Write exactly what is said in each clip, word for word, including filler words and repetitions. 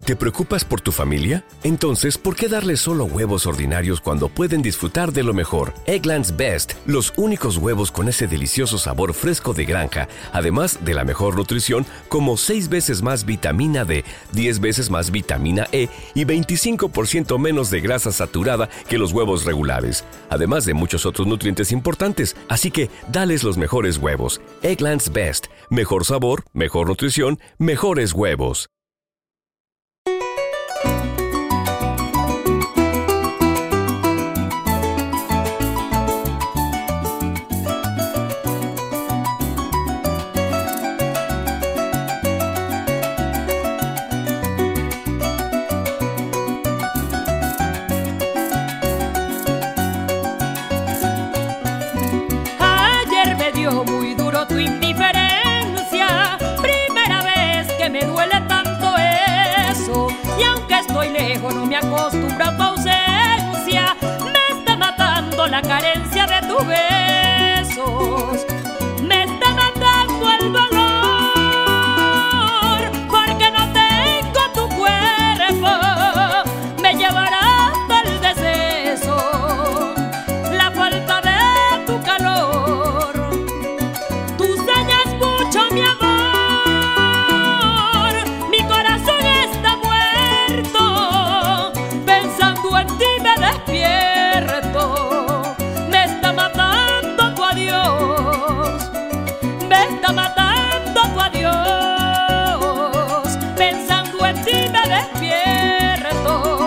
¿Te preocupas por tu familia? Entonces, ¿por qué darles solo huevos ordinarios cuando pueden disfrutar de lo mejor? Eggland's Best, los únicos huevos con ese delicioso sabor fresco de granja, además de la mejor nutrición, como seis veces más vitamina D, diez veces más vitamina E y veinticinco por ciento menos de grasa saturada que los huevos regulares, además de muchos otros nutrientes importantes. Así que, dales los mejores huevos. Eggland's Best, mejor sabor, mejor nutrición, mejores huevos. Muy duro tu indiferencia, primera vez que me duele tanto eso. Y aunque estoy lejos no me acostumbro a tu ausencia. Me está matando la carencia de tus besos. Me está matando el dolor, porque no tengo tu cuerpo. Me llevará hasta el deceso la falta de tu calor. Mi amor, mi corazón está muerto, pensando en ti me despierto. Me está matando tu adiós, me está matando tu adiós, pensando en ti me despierto.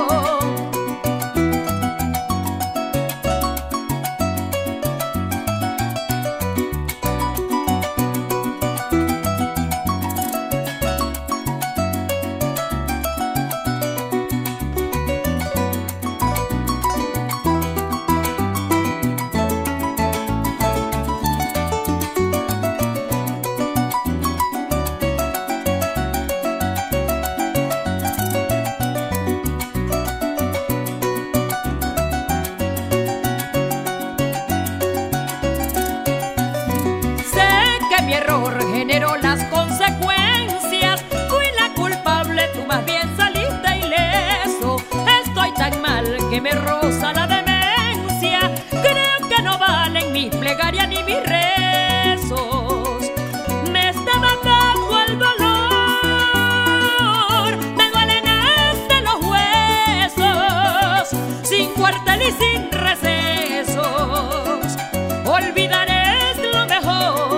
Mi error generó las consecuencias. Fui la culpable, tú más bien saliste ileso. Estoy tan mal que me roza la demencia. Creo que no valen mis plegarias ni mis rezos. Me está matando el dolor. Me duelen hasta los huesos, sin cuartel y sin recesos. Olvidaré lo mejor.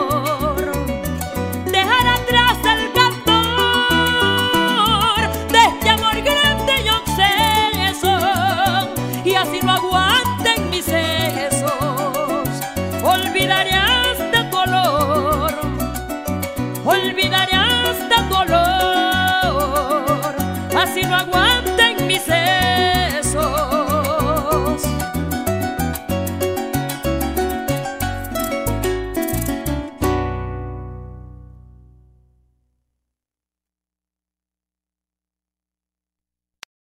Así no aguanten mis sesos. Olvidaré hasta tu olor, olvidaré hasta tu olor. Así no aguanten.